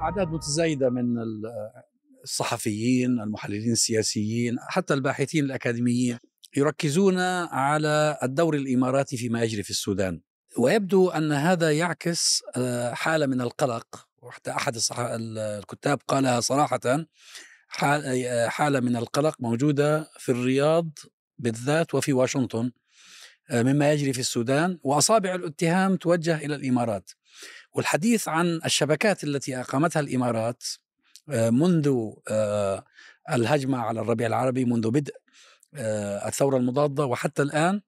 أعداد متزايدة من الصحفيين، المحللين السياسيين، حتى الباحثين الأكاديميين يركزون على الدور الإماراتي فيما يجري في السودان، ويبدو أن هذا يعكس حالة من القلق، وحتى أحد الكتاب قالها صراحة، حالة من القلق موجودة في الرياض بالذات وفي واشنطن مما يجري في السودان، وأصابع الاتهام توجه إلى الإمارات. والحديث عن الشبكات التي أقامتها الإمارات منذ الهجمة على الربيع العربي، منذ بدء الثورة المضادة وحتى الآن،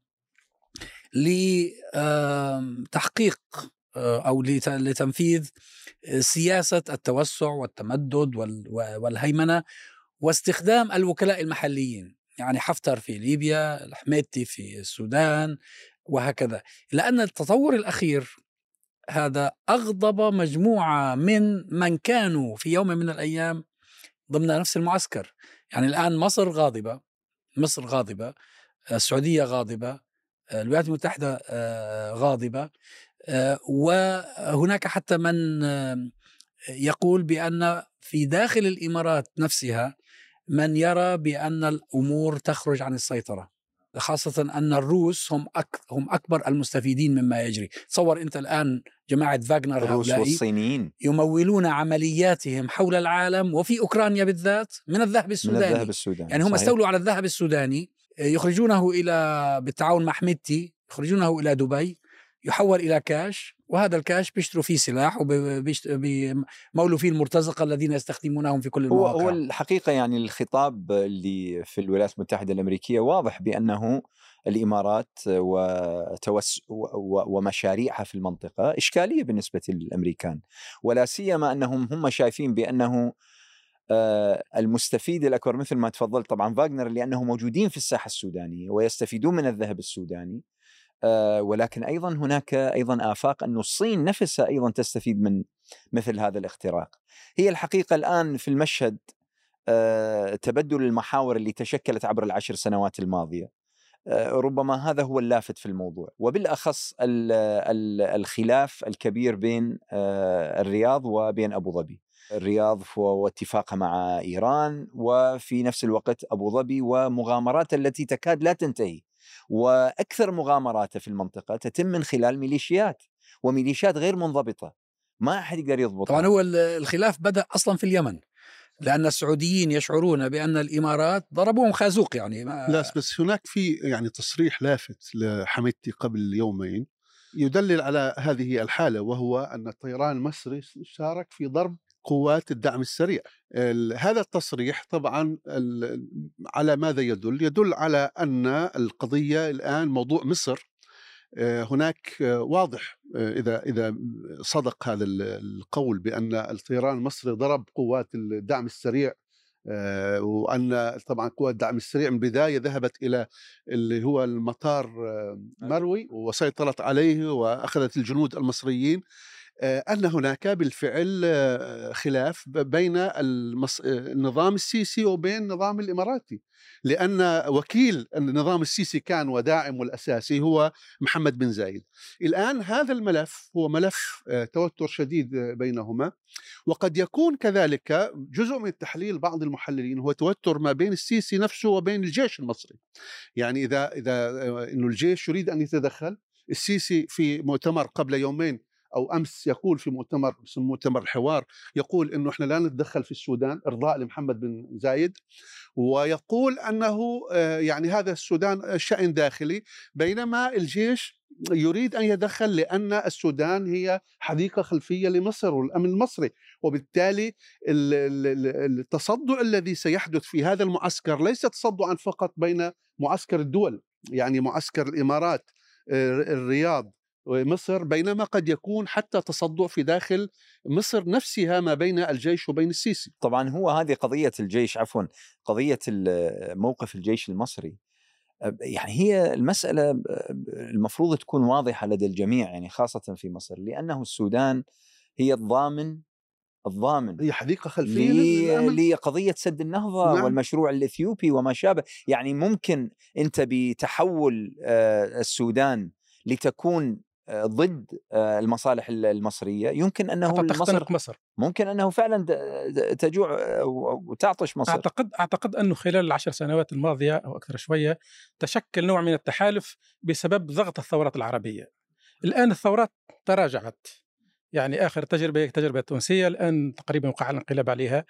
لتحقيق أو لتنفيذ سياسة التوسع والتمدد والهيمنة واستخدام الوكلاء المحليين، يعني حفتر في ليبيا، الحميدتي في السودان وهكذا. لأن التطور الأخير هذا أغضب مجموعة من كانوا في يوم من الأيام ضمن نفس المعسكر. يعني الآن مصر غاضبة، السعودية غاضبة، الولايات المتحدة غاضبة، وهناك حتى من يقول بأن في داخل الإمارات نفسها من يرى بأن الأمور تخرج عن السيطرة، خاصة أن الروس هم أكبر المستفيدين مما يجري. تصور أنت الآن جماعة فاغنر، الروس والصينيين يمولون عملياتهم حول العالم وفي أوكرانيا بالذات من الذهب السوداني. يعني هم استولوا على الذهب السوداني، يخرجونه بالتعاون مع حميدتي، يخرجونه إلى دبي، يحول إلى كاش، وهذا الكاش بيشتروا فيه سلاح وبيمولوا فيه المرتزقة الذين يستخدمونهم في كل المواقع. هو الحقيقة يعني الخطاب اللي في الولايات المتحدة الأمريكية واضح بأنه الإمارات ومشاريعها في المنطقة إشكالية بالنسبة للأمريكان، ولا سيما أنهم هم شايفين بأنه المستفيد الأكبر مثل ما تفضلت طبعا فاغنر، لأنهم موجودين في الساحة السودانية ويستفيدون من الذهب السوداني، ولكن أيضا هناك أيضا آفاق أن الصين نفسها أيضا تستفيد من مثل هذا الاختراق. هي الحقيقة الآن في المشهد تبدل المحاور اللي تشكلت عبر العشر سنوات الماضية، ربما هذا هو اللافت في الموضوع، وبالأخص الخلاف الكبير بين الرياض وبين أبو ظبي. الرياض واتفاقها مع إيران، وفي نفس الوقت أبو ظبي ومغامرات التي تكاد لا تنتهي، وأكثر مغامراته في المنطقة تتم من خلال ميليشيات وميليشيات غير منضبطة ما أحد يقدر يضبطها. طبعا هو الخلاف بدأ أصلا في اليمن، لأن السعوديين يشعرون بأن الإمارات ضربوهم خازوق. يعني لا، بس هناك في يعني تصريح لافت لحميدتي قبل يومين يدلل على هذه الحالة، وهو أن الطيران المصري شارك في ضرب قوات الدعم السريع. هذا التصريح طبعا على ماذا يدل؟ يدل على أن القضية الآن موضوع مصر. هناك واضح إذا صدق هذا القول بأن الطيران المصري ضرب قوات الدعم السريع، وأن طبعا قوات الدعم السريع من البداية ذهبت إلى اللي هو المطار مروي وسيطرت عليه وأخذت الجنود المصريين، أن هناك بالفعل خلاف بين النظام السيسي وبين النظام الإماراتي، لأن وكيل النظام السيسي كان وداعم والأساسي هو محمد بن زايد. الآن هذا الملف هو ملف توتر شديد بينهما، وقد يكون كذلك جزء من تحليل بعض المحللين هو توتر ما بين السيسي نفسه وبين الجيش المصري. يعني إذا إنه الجيش يريد أن يتدخل، السيسي في مؤتمر قبل يومين أو أمس يقول في مؤتمر الحوار، يقول إنه إحنا لا نتدخل في السودان إرضاء لمحمد بن زايد، ويقول أنه يعني هذا السودان شأن داخلي، بينما الجيش يريد أن يدخل لأن السودان هي حديقة خلفية لمصر والأمن المصري، وبالتالي التصدع الذي سيحدث في هذا المعسكر ليس تصدعا فقط بين معسكر الدول، يعني معسكر الإمارات، الرياض ومصر، بينما قد يكون حتى تصدع في داخل مصر نفسها ما بين الجيش وبين السيسي. طبعا هو هذه قضية الجيش، عفوا قضية موقف الجيش المصري، يعني هي المسألة المفروض تكون واضحة لدى الجميع، يعني خاصة في مصر، لأنه السودان هي الضامن هي حديقة خلفية لقضية سد النهضة. نعم. والمشروع الإثيوبي وما شابه. يعني ممكن أنت بتحول السودان لتكون ضد المصالح المصرية، يمكن أنه تختنق مصر، ممكن أنه فعلا تجوع وتعطش مصر. أعتقد أنه خلال ال10 سنوات الماضية أو أكثر شوية تشكل نوع من التحالف بسبب ضغط الثورات العربية. الآن الثورات تراجعت، يعني آخر تجربة التونسية الآن تقريبا وقع الانقلاب عليها،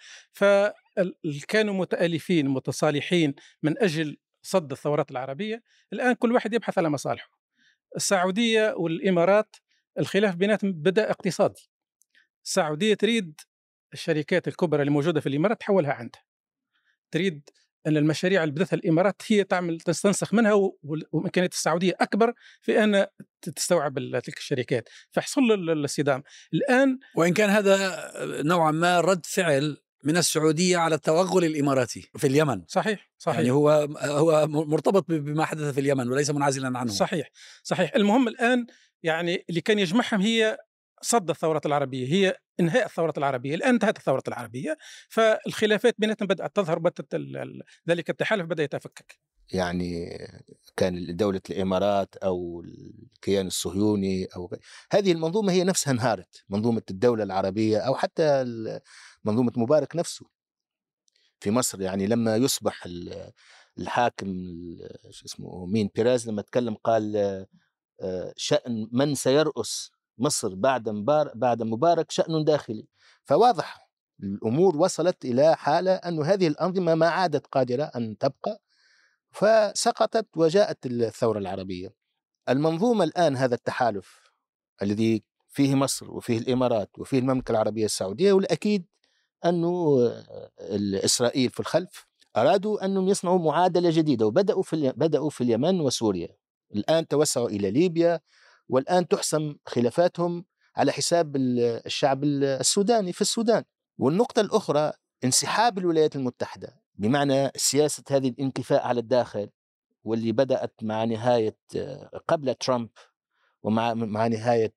فكانوا متآلفين متصالحين من أجل صد الثورات العربية. الآن كل واحد يبحث على مصالحه. السعودية والإمارات الخلاف بيناتهم بدأ اقتصادي. السعودية تريد الشركات الكبرى اللي موجودة في الإمارات تحولها عندها، تريد أن المشاريع اللي بدأتها الإمارات هي تستنسخ منها، وإمكانية السعودية أكبر في أن تستوعب تلك الشركات، فحصل الصدام الآن. وإن كان هذا نوعا ما رد فعل من السعودية على التوغل الإماراتي في اليمن. صحيح. يعني هو مرتبط بما حدث في اليمن وليس منعزلا عنه. صحيح. المهم الآن يعني اللي كان يجمعهم هي صد الثورة العربية، هي إنهاء الثورة العربية. الآن انتهت الثورة العربية، فالخلافات بيناتهم بدأت تظهر، ذلك التحالف بدأ يتفكك. يعني كان دولة الإمارات أو الكيان الصهيوني أو هذه المنظومة هي نفسها انهارت، منظومة الدولة العربية أو حتى منظومة مبارك نفسه في مصر. يعني لما يصبح الحاكم شو اسمه مين بيراز، لما تكلم قال شأن من سيرأس مصر بعد مبارك شأن داخلي. فواضح الأمور وصلت إلى حالة أن هذه الأنظمة ما عادت قادرة أن تبقى، فسقطت وجاءت الثورة العربية. المنظومة الآن هذا التحالف الذي فيه مصر وفيه الإمارات وفيه المملكة العربية السعودية، والأكيد أنه إسرائيل في الخلف أرادوا أنهم يصنعوا معادلة جديدة، وبدأوا في اليمن وسوريا، الآن توسعوا إلى ليبيا، والآن تحسم خلافاتهم على حساب الشعب السوداني في السودان. والنقطة الأخرى انسحاب الولايات المتحدة، بمعنى سياسة هذه الانكفاء على الداخل، واللي بدأت مع نهاية قبل ترامب ومع نهاية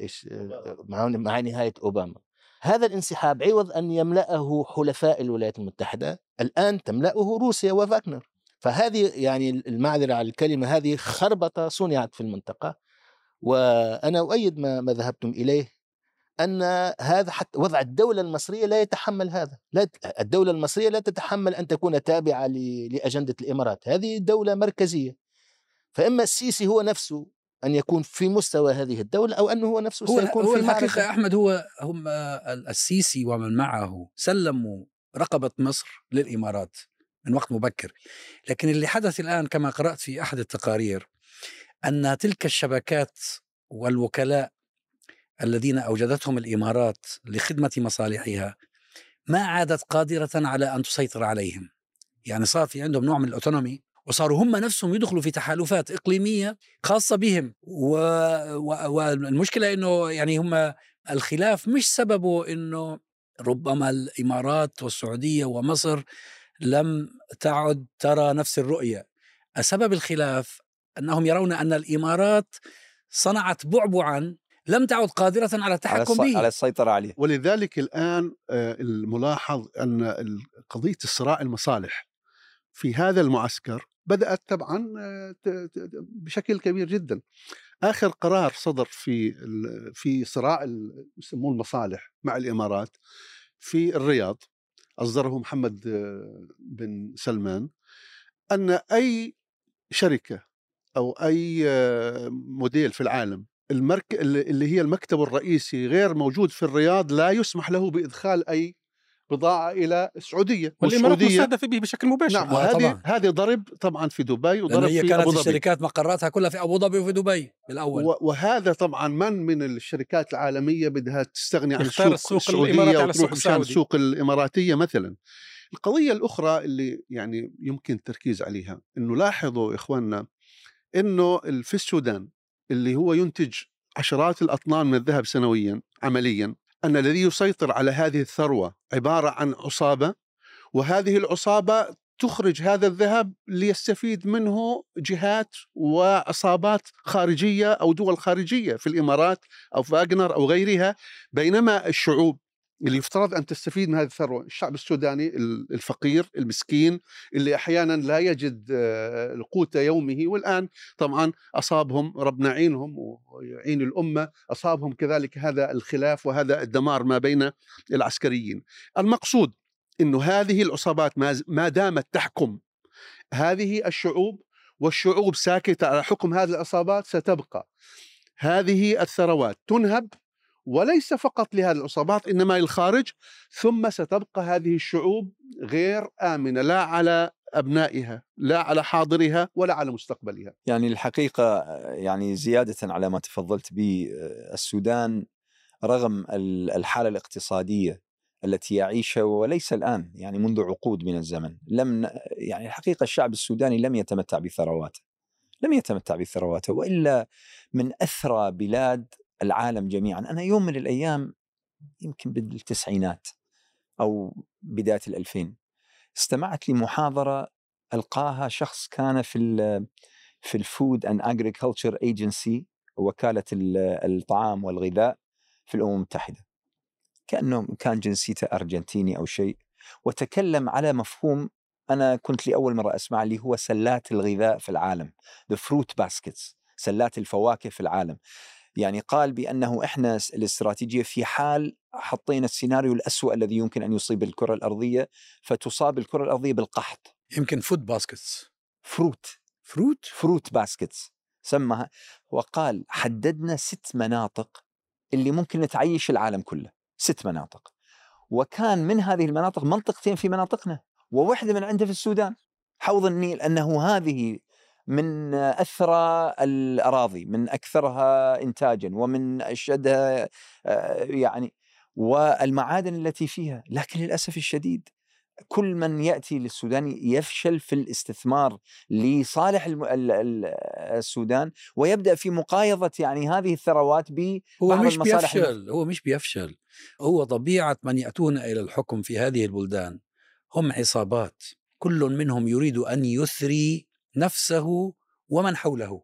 مع نهاية أوباما. هذا الانسحاب عوض أن يملأه حلفاء الولايات المتحدة، الآن تملأه روسيا وفاغنر. فهذه يعني المعذرة على الكلمة، هذه خربطة صنعت في المنطقة. وأنا أؤيد ما ذهبتم إليه، أن هذا حتى وضع الدولة المصرية لا يتحمل هذا. الدولة المصرية لا تتحمل أن تكون تابعة لأجندة الإمارات، هذه دولة مركزية. فإما السيسي هو نفسه أن يكون في مستوى هذه الدولة، أو أنه هو نفسه سيكون هو في الحقيقة أحمد، هم السيسي ومن معه سلموا رقبة مصر للإمارات من وقت مبكر. لكن اللي حدث الآن كما قرأت في أحد التقارير أن تلك الشبكات والوكلاء الذين أوجدتهم الإمارات لخدمة مصالحها ما عادت قادرة على أن تسيطر عليهم. يعني صار في عندهم نوع من الأوتونومي، وصاروا هم نفسهم يدخلوا في تحالفات إقليمية خاصة بهم. والمشكلة إنه يعني هم الخلاف مش سببه إنه ربما الإمارات والسعودية ومصر لم تعد ترى نفس الرؤية. سبب الخلاف أنهم يرون أن الإمارات صنعت بعبعا لم تعد قادرة على التحكم به، على السيطرة عليه. ولذلك الآن الملاحظ أن قضية الصراع المصالح في هذا المعسكر بدأت طبعا بشكل كبير جدا. آخر قرار صدر في صراع يسموه المصالح مع الإمارات في الرياض، أصدره محمد بن سلمان، أن أي شركة أو أي موديل في العالم اللي هي المكتب الرئيسي غير موجود في الرياض لا يسمح له بإدخال أي بضاعة إلى السعودية، والإمارات مستهدفة به بشكل مباشر. نعم، وهذه ضرب طبعا في دبي وضرب في كانت أبو ظبي. الشركات مقراتها كلها في أبو ظبي وفي دبي بالأول. وهذا طبعا من الشركات العالمية بدها تستغني عن السوق السعودية وتروح مشان السوق الإماراتية مثلا. القضية الأخرى اللي يعني يمكن التركيز عليها إنه لاحظوا إخواننا إنه في السودان اللي هو ينتج عشرات الأطنان من الذهب سنويا، عمليا أن الذي يسيطر على هذه الثروة عبارة عن عصابة، وهذه العصابة تخرج هذا الذهب ليستفيد منه جهات وعصابات خارجية أو دول خارجية في الإمارات أو فاغنر أو غيرها، بينما الشعوب اللي يفترض أن تستفيد من هذه الثروة، الشعب السوداني الفقير المسكين اللي أحيانا لا يجد قوت يومه، والآن طبعا أصابهم، ربنا يعينهم ويعين الأمة، أصابهم كذلك هذا الخلاف وهذا الدمار ما بين العسكريين. المقصود أنه هذه العصابات ما دامت تحكم هذه الشعوب، والشعوب ساكتة على حكم هذه العصابات، ستبقى هذه الثروات تنهب، وليس فقط لهذه العصابات إنما للخارج، ثم ستبقى هذه الشعوب غير آمنة، لا على أبنائها، لا على حاضرها، ولا على مستقبلها. يعني الحقيقة يعني زيادة على ما تفضلت به، السودان رغم الحالة الاقتصادية التي يعيشها، وليس الآن يعني منذ عقود من الزمن، يعني الحقيقة الشعب السوداني لم يتمتع بثرواته، وإلا من أثرى بلاد العالم جميعا. أنا يوم من الأيام يمكن بالتسعينات أو بداية 2000 استمعت لمحاضرة ألقاها شخص كان في الفود أند أجريكلتشر ايجنسي، وكالة الطعام والغذاء في الأمم المتحدة، كان جنسيته أرجنتيني أو شيء، وتكلم على مفهوم أنا كنت لأول مرة أسمع، اللي هو سلات الغذاء في العالم، the fruit baskets، سلات الفواكه في العالم. يعني قال بأنه إحنا الاستراتيجية في حال حطينا السيناريو الأسوأ الذي يمكن أن يصيب الكرة الأرضية، فتصاب الكرة الأرضية بالقحط. يمكن فود باسكتس، فروت باسكتس سمها. وقال حددنا 6 مناطق اللي ممكن نتعيش العالم كله، 6 مناطق، وكان من هذه المناطق منطقتين في مناطقنا، وواحدة من عنده في السودان حوض النيل، أنه هذه من أثرى الأراضي، من أكثرها إنتاجا ومن أشدها يعني، والمعادن التي فيها. لكن للأسف الشديد كل من يأتي للسودان يفشل في الاستثمار لصالح السودان، ويبدأ في مقايضة يعني هذه الثروات ببعض المصالح. هو مش بيفشل، هو طبيعة من يأتون إلى الحكم في هذه البلدان هم عصابات، كل منهم يريد أن يثري نفسه ومن حوله،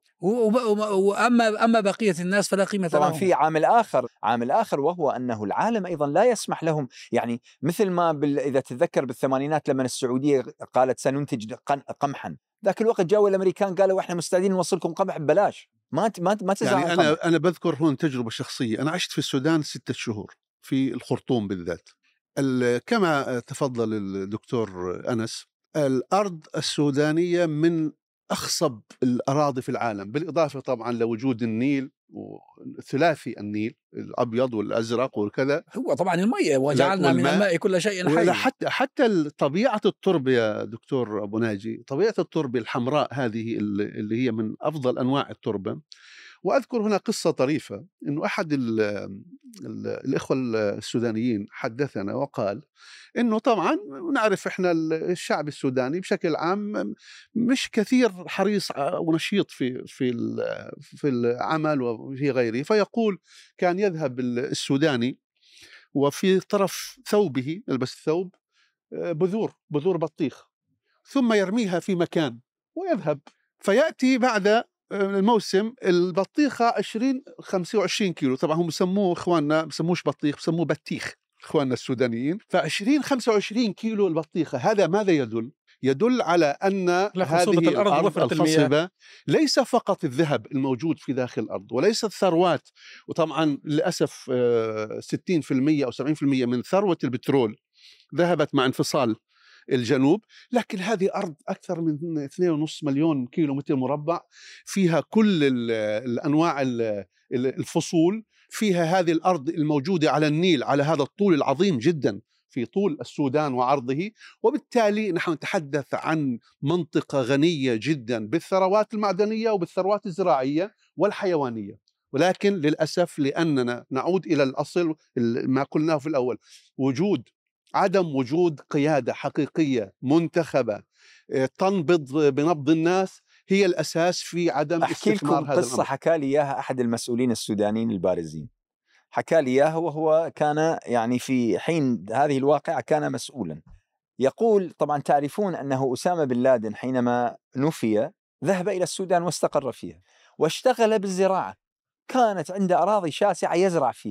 أما بقية الناس فلا قيمة لهم. طبعا في عامل آخر وهو أنه العالم أيضا لا يسمح لهم، يعني مثل ما إذا تتذكر بالثمانينات لما السعودية قالت سننتج قمحا، ذاك الوقت جاءوا الأمريكان قالوا إحنا مستعدين نوصلكم قمح ببلاش، ما تزرع يعني أنا بذكر هون تجربة شخصية. أنا عشت في السودان 6 شهور في الخرطوم بالذات. كما تفضل الدكتور أنس، الأرض السودانية من أخصب الأراضي في العالم، بالإضافة طبعا لوجود النيل وثلاثي النيل الأبيض والأزرق وكذا، هو طبعا المية، وجعلنا من الماء كل شيء حي. حتى طبيعة التربة يا دكتور أبو ناجي، طبيعة التربة الحمراء هذه اللي هي من أفضل أنواع التربة. وأذكر هنا قصة طريفة، إنه أحد الإخوة السودانيين حدثنا وقال إنه طبعا نعرف إحنا الشعب السوداني بشكل عام مش كثير حريص ونشيط في العمل وفي غيره، فيقول كان يذهب السوداني وفي طرف ثوبه، يلبس الثوب، بذور بطيخ، ثم يرميها في مكان ويذهب، فيأتي بعد الموسم البطيخة 25 كيلو. طبعا هم بسموه إخواننا، بسموش بطيخ، بسموه بطيخ إخواننا السودانيين. ف25 كيلو البطيخة، هذا ماذا يدل؟ يدل على أن هذه الأرض الخصبة ليس فقط الذهب الموجود في داخل الأرض، وليس الثروات، وطبعا للأسف 60% أو 70% من ثروة البترول ذهبت مع انفصال الجنوب، لكن هذه أرض أكثر من 2.5 مليون كيلو متر مربع، فيها كل الأنواع الفصول، فيها هذه الأرض الموجودة على النيل على هذا الطول العظيم جدا في طول السودان وعرضه، وبالتالي نحن نتحدث عن منطقة غنية جدا بالثروات المعدنية وبالثروات الزراعية والحيوانية. ولكن للأسف لأننا نعود إلى الأصل ما قلناه في الأول، عدم وجود قيادة حقيقية منتخبة تنبض بنبض الناس هي الأساس في عدم استثمار هذا الأمر. قصة حكى لي إياها أحد المسؤولين السودانيين البارزين، حكى لي إياها وهو كان يعني في حين هذه الواقعة كان مسؤولا. يقول طبعا تعرفون أنه أسامة بن لادن حينما نفي ذهب إلى السودان واستقر فيها واشتغل بالزراعة، كانت عنده أراضي شاسعة يزرع فيها،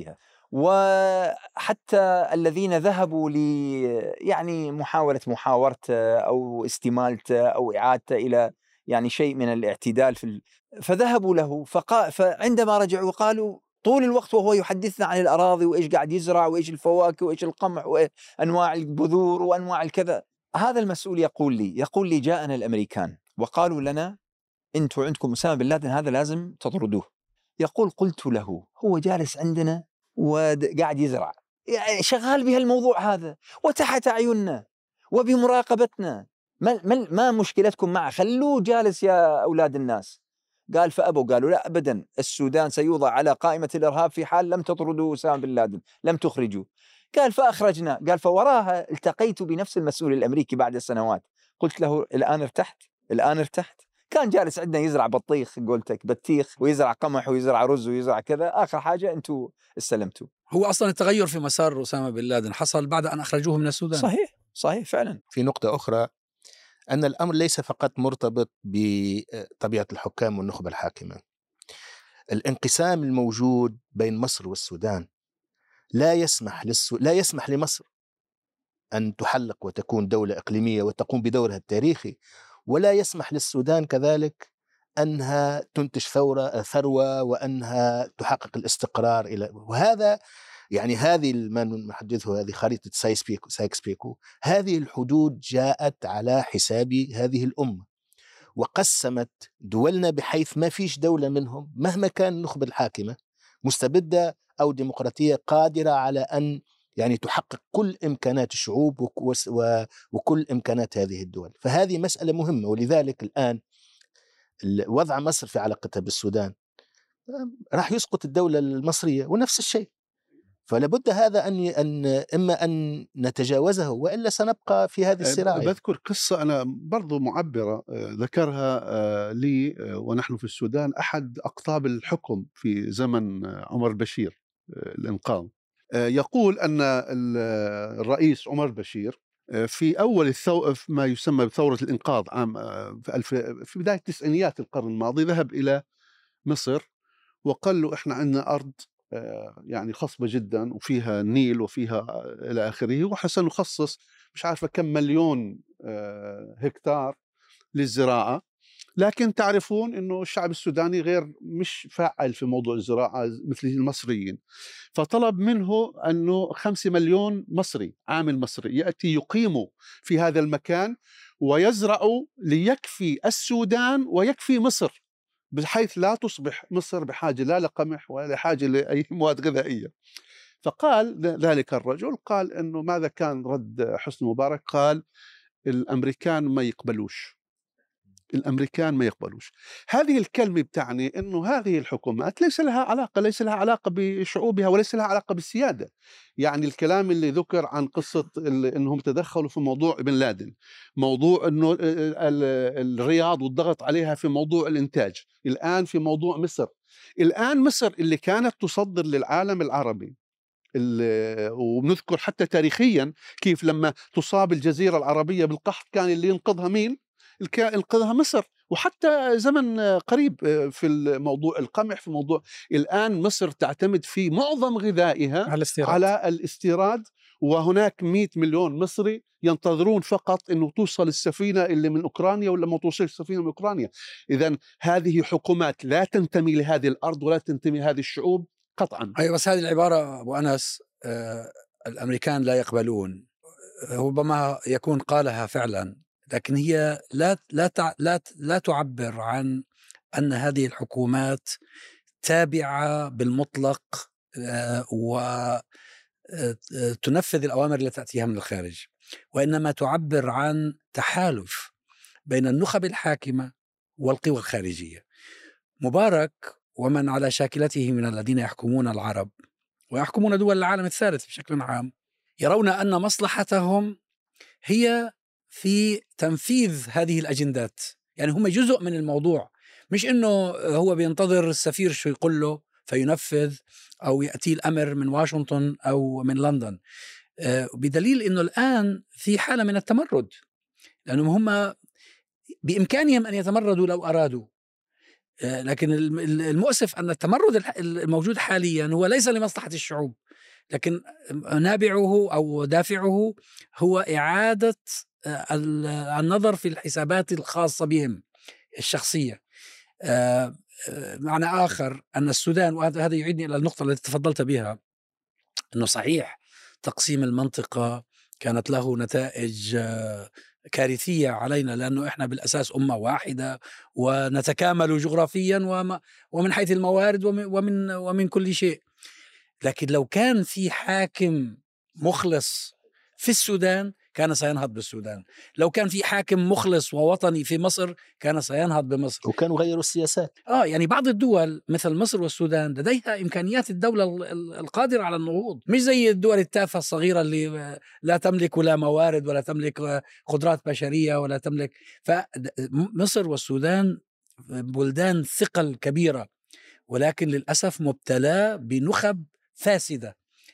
وحتى الذين ذهبوا يعني محاورته أو استمالته أو إعادته إلى يعني شيء من الاعتدال فذهبوا له فعندما رجعوا قالوا طول الوقت وهو يحدثنا عن الأراضي وإيش قاعد يزرع وإيش الفواكه وإيش القمح وأنواع البذور وأنواع الكذا. هذا المسؤول يقول لي جاءنا الأمريكان وقالوا لنا أنتوا عندكم أسامة بن لادن، هذا لازم تطردوه. يقول قلت له هو جالس عندنا وقاعد يزرع، يعني شغال بهالموضوع هذا وتحت أعيننا وبمراقبتنا، ما مشكلتكم معه؟ خلوه جالس يا أولاد الناس. قال فأبوا، قالوا لا أبدا، السودان سيوضع على قائمة الإرهاب في حال لم تطردوا أسامة بن لادن، لم تخرجوا. قال فأخرجنا. قال فوراها التقيت بنفس المسؤول الأمريكي بعد سنوات، قلت له الآن ارتحت. كان جالس عندنا يزرع بطيخ ويزرع قمح ويزرع رز ويزرع كذا، آخر حاجة أنتوا استلمتوا. هو أصلا التغير في مسار أسامة بن لادن حصل بعد أن أخرجوه من السودان. صحيح فعلا. في نقطة أخرى، أن الأمر ليس فقط مرتبط بطبيعة الحكام والنخبة الحاكمة. الانقسام الموجود بين مصر والسودان لا يسمح لمصر أن تحلق وتكون دولة إقليمية وتقوم بدورها التاريخي، ولا يسمح للسودان كذلك أنها تنتج ثروة وأنها تحقق الاستقرار وهذا يعني هذه ما نحدثه هذه خريطة سايكس بيكو، هذه الحدود جاءت على حساب هذه الأمة وقسمت دولنا بحيث ما فيش دولة منهم مهما كان النخبة الحاكمة مستبدة أو ديمقراطية قادرة على أن يعني تحقق كل إمكانات الشعوب وكل إمكانات هذه الدول. فهذه مسألة مهمة، ولذلك الآن وضع مصر في علاقتها بالسودان راح يسقط الدولة المصرية ونفس الشيء. فلابد هذا إما أن نتجاوزه وإلا سنبقى في هذه الصراع. بذكر قصة أنا برضو معبرة ذكرها لي ونحن في السودان أحد أقطاب الحكم في زمن عمر البشير الإنقاذ. يقول أن الرئيس عمر البشير في أول ما يسمى بثورة الإنقاذ عام في بداية التسعينيات القرن الماضي ذهب إلى مصر وقال له إحنا عندنا أرض يعني خصبة جدا وفيها نيل وفيها إلى آخره، وحسن نخصص مش عارفة كم مليون هكتار للزراعة، لكن تعرفون إنه الشعب السوداني مش فاعل في موضوع الزراعة مثل المصريين، فطلب منه أنه 5 مليون مصري عامل مصري يأتي يقيموا في هذا المكان ويزرعوا ليكفي السودان ويكفي مصر، بحيث لا تصبح مصر بحاجة لا لقمح ولا حاجة لأي مواد غذائية. فقال ذلك الرجل قال إنه ماذا كان رد حسني مبارك؟ قال الأمريكان ما يقبلوش. هذه الكلمة بتعني أنه هذه الحكومات ليس لها علاقة بشعوبها وليس لها علاقة بالسيادة. يعني الكلام اللي ذكر عن قصة أنهم تدخلوا في موضوع بن لادن، موضوع أنه الرياض والضغط عليها في موضوع الإنتاج، الآن في موضوع مصر. الآن مصر اللي كانت تصدر للعالم العربي، وبنذكر حتى تاريخيا كيف لما تصاب الجزيرة العربية بالقحط كان اللي ينقذها مين؟ انقذها مصر، وحتى زمن قريب في الموضوع القمح، في موضوع الآن مصر تعتمد في معظم غذائها على الاستيراد، وهناك 100 مليون مصري ينتظرون فقط أنه توصل السفينة اللي من أوكرانيا ولا ما توصل السفينة من أوكرانيا. إذن هذه حكومات لا تنتمي لهذه الأرض ولا تنتمي لهذه الشعوب قطعا. أيوة، بس هذه العبارة أبو أنس الأمريكان لا يقبلون، ربما يكون قالها فعلا، لكن هي لا تعبر عن أن هذه الحكومات تابعة بالمطلق وتنفذ الأوامر التي تأتيها من الخارج، وإنما تعبر عن تحالف بين النخب الحاكمة والقوى الخارجية. مبارك ومن على شاكلته من الذين يحكمون العرب ويحكمون دول العالم الثالث بشكل عام يرون أن مصلحتهم هي في تنفيذ هذه الأجندات. يعني هم جزء من الموضوع، مش إنه هو بينتظر السفير شو يقول له فينفذ أو يأتي الأمر من واشنطن أو من لندن، بدليل إنه الآن في حالة من التمرد، لأنهم هم بإمكانهم أن يتمردوا لو أرادوا، لكن المؤسف أن التمرد الموجود حاليا هو ليس لمصلحة الشعوب، لكن نابعه أو دافعه هو إعادة النظر في الحسابات الخاصة بهم الشخصية. معنى آخر أن السودان، وهذا يعيدني إلى النقطة التي تفضلت بها، أنه صحيح تقسيم المنطقة كانت له نتائج كارثية علينا، لأنه إحنا بالأساس أمة واحدة ونتكامل جغرافيا ومن حيث الموارد ومن كل شيء. لكن لو كان في حاكم مخلص في السودان كان سينهض بالسودان، لو كان في حاكم مخلص ووطني في مصر كان سينهض بمصر. وكانوا غيروا السياسات. يعني بعض الدول مثل مصر والسودان لديها إمكانيات الدولة القادرة على النهوض، مش زي الدول التافهة الصغيرة اللي لا تملك لا موارد ولا تملك قدرات بشرية ولا تملك. فمصر والسودان بلدان ثقل كبيرة، ولكن للأسف مبتلى بنخب فاسدة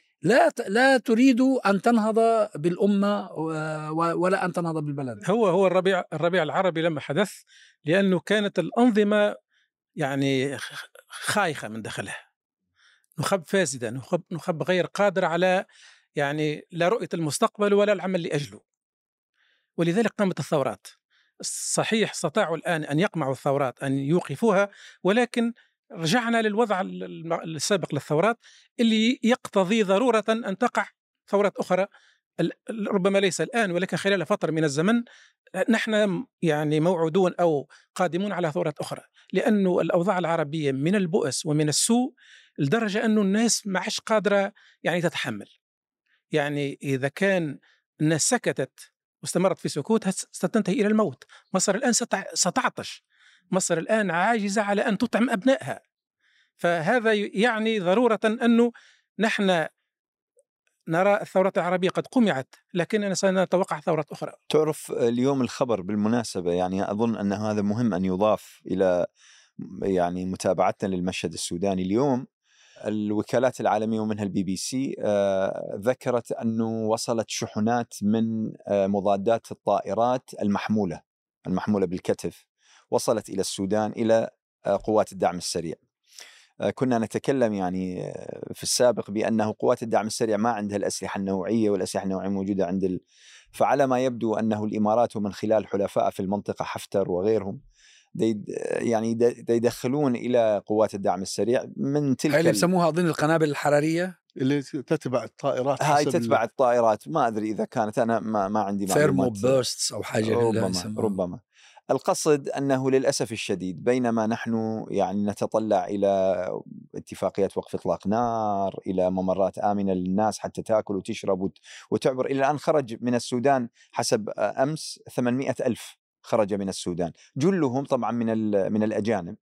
لا تريد أن تنهض بالأمة ولا أن تنهض بالبلد. هو الربيع العربي لما حدث لأنه كانت الأنظمة يعني خايخة من داخلها، نخب فاسدة، نخب غير قادر على يعني لا رؤية المستقبل ولا العمل لأجله، ولذلك قامت الثورات. صحيح استطاعوا الآن أن يقمعوا الثورات، أن يوقفوها، ولكن رجعنا للوضع السابق للثورات اللي يقتضي ضرورة أن تقع ثورات أخرى، ربما ليس الآن ولكن خلال فترة من الزمن نحن يعني موعودون أو قادمون على ثورات أخرى، لأنه الأوضاع العربية من البؤس ومن السوء لدرجة أنه الناس ما عادش قادرة يعني تتحمل. يعني إذا كان الناس سكتت واستمرت في سكوت ستنتهي إلى الموت. مصر الآن ستعطش، مصر الآن عاجزة على أن تطعم أبنائها. فهذا يعني ضرورة أنه نحن نرى الثورات العربية قد قمعت، لكننا سنتوقع ثورات أخرى. تعرف اليوم الخبر بالمناسبة، يعني أظن أن هذا مهم أن يضاف إلى يعني متابعتنا للمشهد السوداني اليوم. الوكالات العالمية ومنها BBC ذكرت أنه وصلت شحنات من مضادات الطائرات المحمولة بالكتف، وصلت إلى السودان إلى قوات الدعم السريع. كنا نتكلم يعني في السابق بأنه قوات الدعم السريع ما عندها الأسلحة النوعية، والأسلحة النوعية موجودة عند فعلى ما يبدو أنه الإمارات ومن خلال حلفاء في المنطقة حفتر وغيرهم يعني يدخلون إلى قوات الدعم السريع من تلك اللي يسموها أظن القنابل الحرارية اللي تتبع الطائرات. هاي تتبع الطائرات، ما أدري إذا كانت، أنا ما عندي معلومات. ثيرمو بيرستس أو حاجة ربما. القصد أنه للأسف الشديد بينما نحن يعني نتطلع إلى اتفاقيات وقف إطلاق نار، إلى ممرات آمنة للناس حتى تأكل وتشرب وتعبر، إلى الآن خرج من السودان حسب أمس 800,000 خرج من السودان، جلهم طبعا من الأجانب،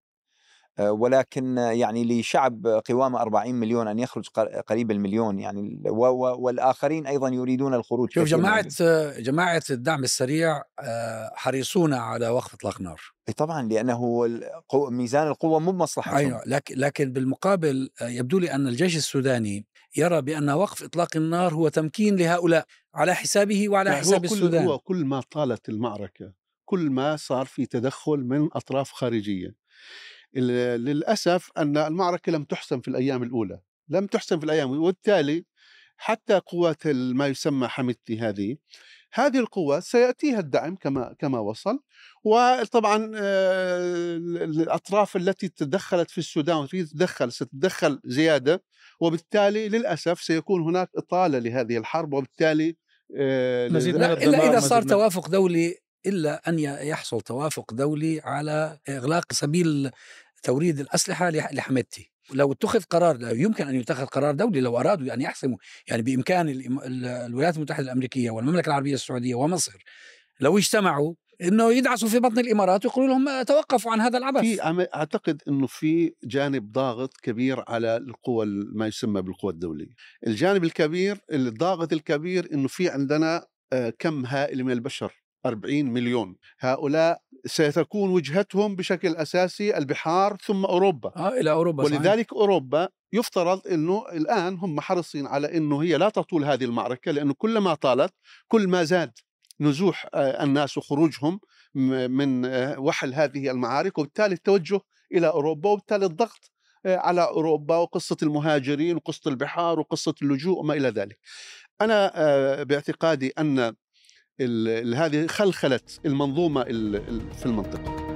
ولكن يعني لشعب قوامه 40 مليون أن يخرج قريب المليون يعني، والآخرين أيضا يريدون الخروج. شوف جماعة الدعم السريع حريصون على وقف إطلاق نار طبعا، لأنه ميزان القوة مو بمصلحتهم. أيوة، لكن بالمقابل يبدو لي أن الجيش السوداني يرى بأن وقف إطلاق النار هو تمكين لهؤلاء على حسابه وعلى حساب السودان. هو كل ما طالت المعركة كل ما صار في تدخل من أطراف خارجية. للأسف أن المعركة لم تحسم في الأيام الأولى، وبالتالي حتى قوات ما يسمى حميدتي هذه القوة سيأتيها الدعم كما وصل. وطبعا الأطراف التي تدخلت في السودان وتريد ستتدخل زيادة، وبالتالي للأسف سيكون هناك إطالة لهذه الحرب، وبالتالي إلا إذا صار توافق دولي، إلا أن يحصل توافق دولي على إغلاق سبيل توريد الأسلحة لحميدتي. لو اتخذ قرار، لا يمكن أن يتخذ قرار دولي لو أرادوا أن يحسموا، يعني بإمكان الولايات المتحدة الأمريكية والمملكة العربية السعودية ومصر لو اجتمعوا إنه يدعسوا في بطن الإمارات ويقولوا لهم توقفوا عن هذا العبث. أعتقد إنه في جانب ضاغط كبير على القوى ما يسمى بالقوى الدولية. الجانب الكبير، الضاغط الكبير، إنه في عندنا كم هائل من البشر، 40 مليون. هؤلاء ستكون وجهتهم بشكل أساسي البحار ثم أوروبا. إلى أوروبا. ولذلك صحيح. أوروبا يفترض أنه الآن هم حريصين على أنه هي لا تطول هذه المعركة، لأنه كلما طالت كل ما زاد نزوح الناس وخروجهم من وحل هذه المعارك، وبالتالي التوجه إلى أوروبا، وبالتالي الضغط على أوروبا، وقصة المهاجرين وقصة البحار وقصة اللجوء وما إلى ذلك. أنا باعتقادي أن هذه خلخلت المنظومة في المنطقة.